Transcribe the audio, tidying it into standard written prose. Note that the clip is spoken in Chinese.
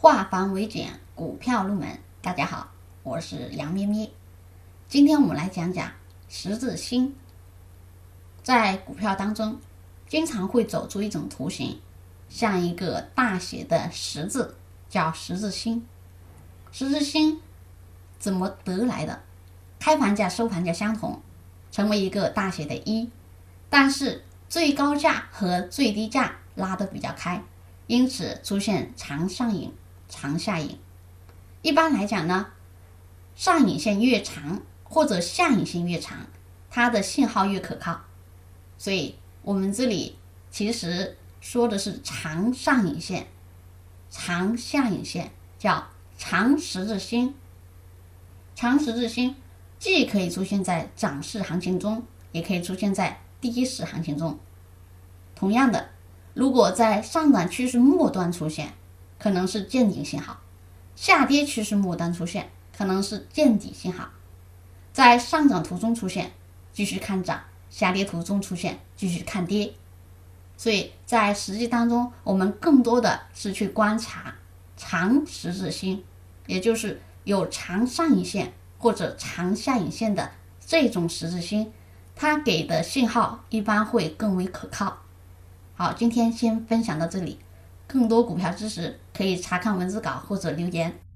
化繁为简，股票入门。大家好，我是杨咩咩。今天我们来讲讲十字星。在股票当中，经常会走出一种图形，像一个大写的十字，叫十字星。十字星怎么得来的？开盘价、收盘价相同，成为一个大写的一，但是最高价和最低价拉得比较开，因此出现长上影、长下影。一般来讲呢，上影线越长或者下影线越长，它的信号越可靠。所以我们这里其实说的是长上影线、长下影线，叫长十字星。长十字星既可以出现在涨势行情中，也可以出现在跌势行情中。同样的，如果在上涨趋势末端出现，可能是见顶信号；下跌趋势末端出现，可能是见底信号。在上涨途中出现，继续看涨；下跌途中出现，继续看跌。所以在实际当中，我们更多的是去观察长十字星，也就是有长上影线或者长下影线的这种十字星，它给的信号一般会更为可靠。好，今天先分享到这里，更多股票知识可以查看文字稿或者留言。